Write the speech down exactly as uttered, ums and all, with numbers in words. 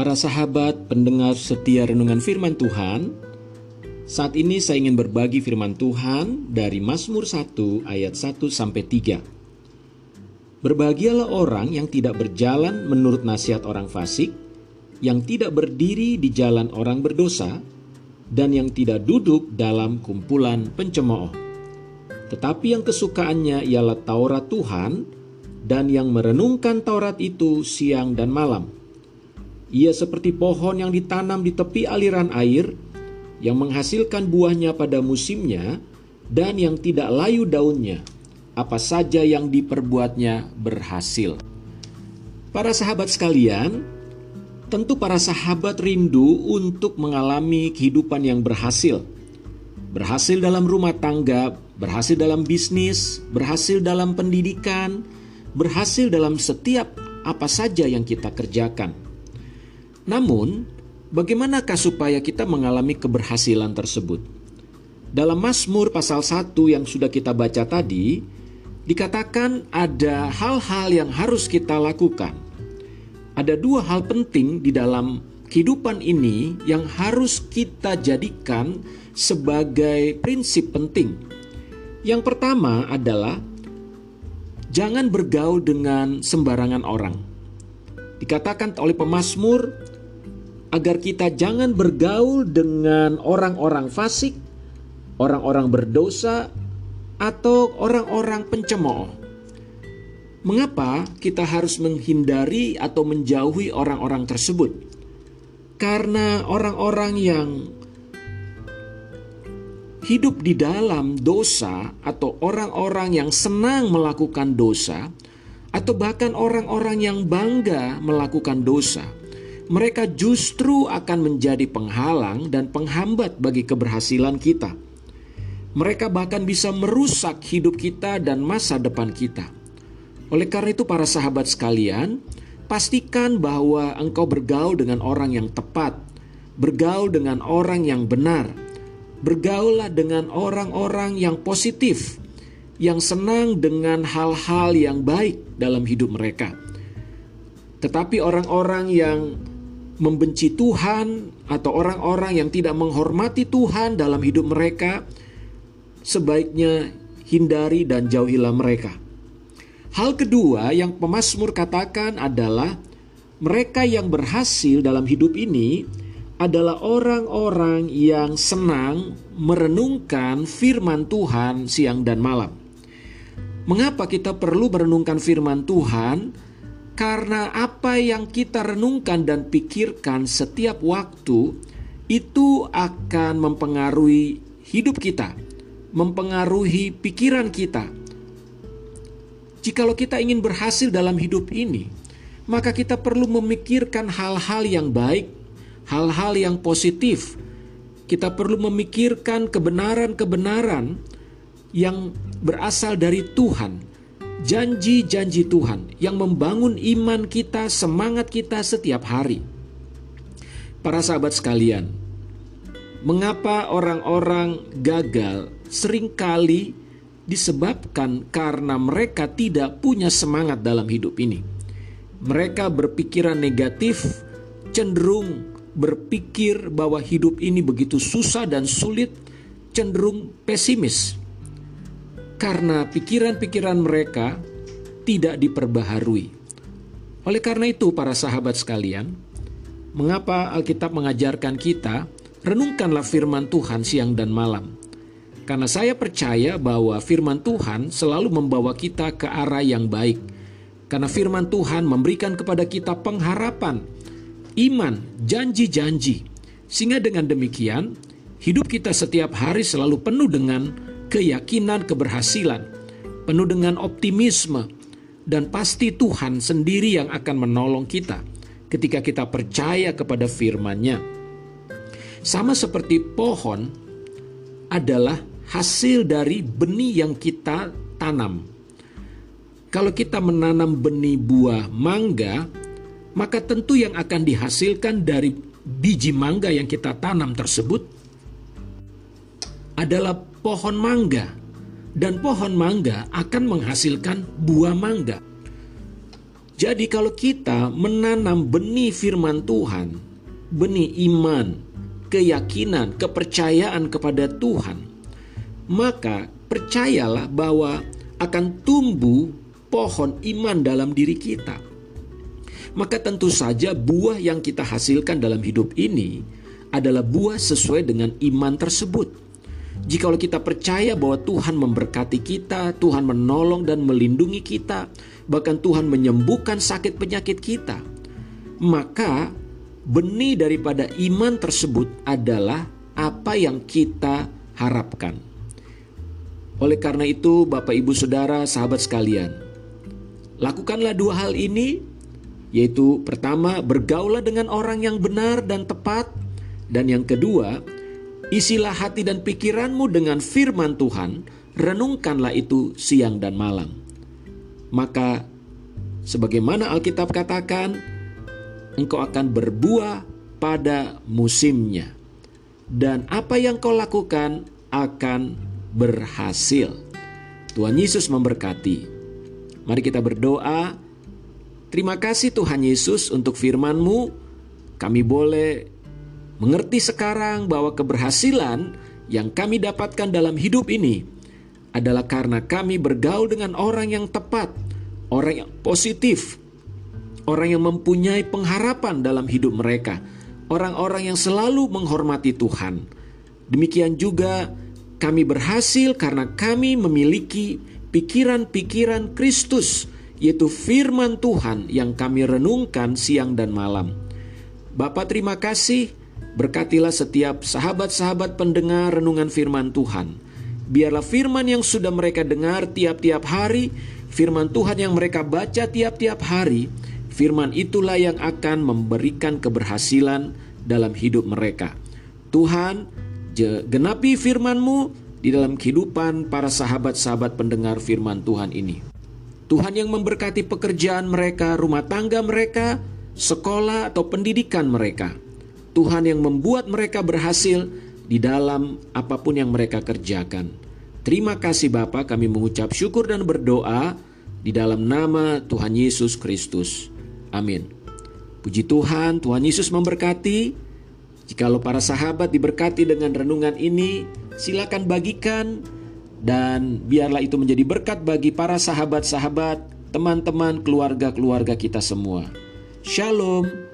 Para sahabat pendengar setia renungan firman Tuhan, saat ini saya ingin berbagi firman Tuhan dari Mazmur satu ayat satu sampai tiga. Berbahagialah orang yang tidak berjalan menurut nasihat orang fasik, yang tidak berdiri di jalan orang berdosa, dan yang tidak duduk dalam kumpulan pencemooh. Tetapi yang kesukaannya ialah Taurat Tuhan, dan yang merenungkan Taurat itu siang dan malam. Ia seperti pohon yang ditanam di tepi aliran air, yang menghasilkan buahnya pada musimnya, dan yang tidak layu daunnya. Apa saja yang diperbuatnya berhasil. Para sahabat sekalian, tentu para sahabat rindu untuk mengalami kehidupan yang berhasil. Berhasil dalam rumah tangga, berhasil dalam bisnis, berhasil dalam pendidikan, berhasil dalam setiap apa saja yang kita kerjakan. Namun, bagaimanakah supaya kita mengalami keberhasilan tersebut? Dalam Mazmur pasal satu yang sudah kita baca tadi, dikatakan ada hal-hal yang harus kita lakukan. Ada dua hal penting di dalam kehidupan ini yang harus kita jadikan sebagai prinsip penting. Yang pertama adalah jangan bergaul dengan sembarangan orang. Dikatakan oleh pemazmur agar kita jangan bergaul dengan orang-orang fasik, orang-orang berdosa, atau orang-orang pencemooh. Mengapa kita harus menghindari atau menjauhi orang-orang tersebut? Karena orang-orang yang hidup di dalam dosa, atau orang-orang yang senang melakukan dosa, atau bahkan orang-orang yang bangga melakukan dosa, mereka justru akan menjadi penghalang dan penghambat bagi keberhasilan kita. Mereka bahkan bisa merusak hidup kita dan masa depan kita. Oleh karena itu para sahabat sekalian, pastikan bahwa engkau bergaul dengan orang yang tepat, bergaul dengan orang yang benar, bergaullah dengan orang-orang yang positif, yang senang dengan hal-hal yang baik dalam hidup mereka. Tetapi orang-orang yang membenci Tuhan atau orang-orang yang tidak menghormati Tuhan dalam hidup mereka, sebaiknya hindari dan jauhilah mereka. Hal kedua yang pemazmur katakan adalah mereka yang berhasil dalam hidup ini adalah orang-orang yang senang merenungkan firman Tuhan siang dan malam. Mengapa kita perlu merenungkan firman Tuhan? Karena apa yang kita renungkan dan pikirkan setiap waktu itu akan mempengaruhi hidup kita, mempengaruhi pikiran kita. Jikalau kita ingin berhasil dalam hidup ini, maka kita perlu memikirkan hal-hal yang baik, hal-hal yang positif. Kita perlu memikirkan kebenaran-kebenaran yang berasal dari Tuhan. Janji-janji Tuhan yang membangun iman kita, semangat kita setiap hari. Para sahabat sekalian, mengapa orang-orang gagal seringkali disebabkan karena mereka tidak punya semangat dalam hidup ini. Mereka berpikiran negatif, cenderung berpikir bahwa hidup ini begitu susah dan sulit, cenderung pesimis. Karena pikiran-pikiran mereka tidak diperbaharui. Oleh karena itu para sahabat sekalian, mengapa Alkitab mengajarkan kita renungkanlah firman Tuhan siang dan malam? Karena saya percaya bahwa firman Tuhan selalu membawa kita ke arah yang baik. Karena firman Tuhan memberikan kepada kita pengharapan, iman, janji-janji. Sehingga dengan demikian, hidup kita setiap hari selalu penuh dengan keyakinan keberhasilan, penuh dengan optimisme, dan pasti Tuhan sendiri yang akan menolong kita ketika kita percaya kepada firman-Nya. Sama seperti pohon adalah hasil dari benih yang kita tanam. Kalau kita menanam benih buah mangga, maka tentu yang akan dihasilkan dari biji mangga yang kita tanam tersebut adalah pohon mangga, dan pohon mangga akan menghasilkan buah mangga. Jadi kalau kita menanam benih firman Tuhan, benih iman, keyakinan, kepercayaan kepada Tuhan, maka percayalah bahwa akan tumbuh pohon iman dalam diri kita. Maka tentu saja buah yang kita hasilkan dalam hidup ini adalah buah sesuai dengan iman tersebut. Jikalau kita percaya bahwa Tuhan memberkati kita, Tuhan menolong dan melindungi kita, bahkan Tuhan menyembuhkan sakit penyakit kita, maka benih daripada iman tersebut adalah apa yang kita harapkan. Oleh karena itu, Bapak, Ibu, Saudara, sahabat sekalian, lakukanlah dua hal ini, yaitu pertama, bergaulah dengan orang yang benar dan tepat, dan yang kedua, isilah hati dan pikiranmu dengan firman Tuhan, renungkanlah itu siang dan malam. Maka sebagaimana Alkitab katakan, engkau akan berbuah pada musimnya, dan apa yang kau lakukan akan berhasil. Tuhan Yesus memberkati. Mari kita berdoa. Terima kasih Tuhan Yesus untuk firman-Mu. Kami boleh mengerti sekarang bahwa keberhasilan yang kami dapatkan dalam hidup ini adalah karena kami bergaul dengan orang yang tepat, orang yang positif, orang yang mempunyai pengharapan dalam hidup mereka, orang-orang yang selalu menghormati Tuhan. Demikian juga kami berhasil karena kami memiliki pikiran-pikiran Kristus, yaitu firman Tuhan yang kami renungkan siang dan malam. Bapa, terima kasih. Berkatilah setiap sahabat-sahabat pendengar renungan firman Tuhan. Biarlah firman yang sudah mereka dengar tiap-tiap hari, firman Tuhan yang mereka baca tiap-tiap hari, firman itulah yang akan memberikan keberhasilan dalam hidup mereka. Tuhan, genapi firman-Mu di dalam kehidupan para sahabat-sahabat pendengar firman Tuhan ini. Tuhan yang memberkati pekerjaan mereka, rumah tangga mereka, sekolah atau pendidikan mereka. Tuhan yang membuat mereka berhasil di dalam apapun yang mereka kerjakan. Terima kasih Bapa, kami mengucap syukur dan berdoa di dalam nama Tuhan Yesus Kristus. Amin. Puji Tuhan, Tuhan Yesus memberkati. Jikalau para sahabat diberkati dengan renungan ini, silakan bagikan dan biarlah itu menjadi berkat bagi para sahabat-sahabat, teman-teman, keluarga-keluarga kita semua. Shalom.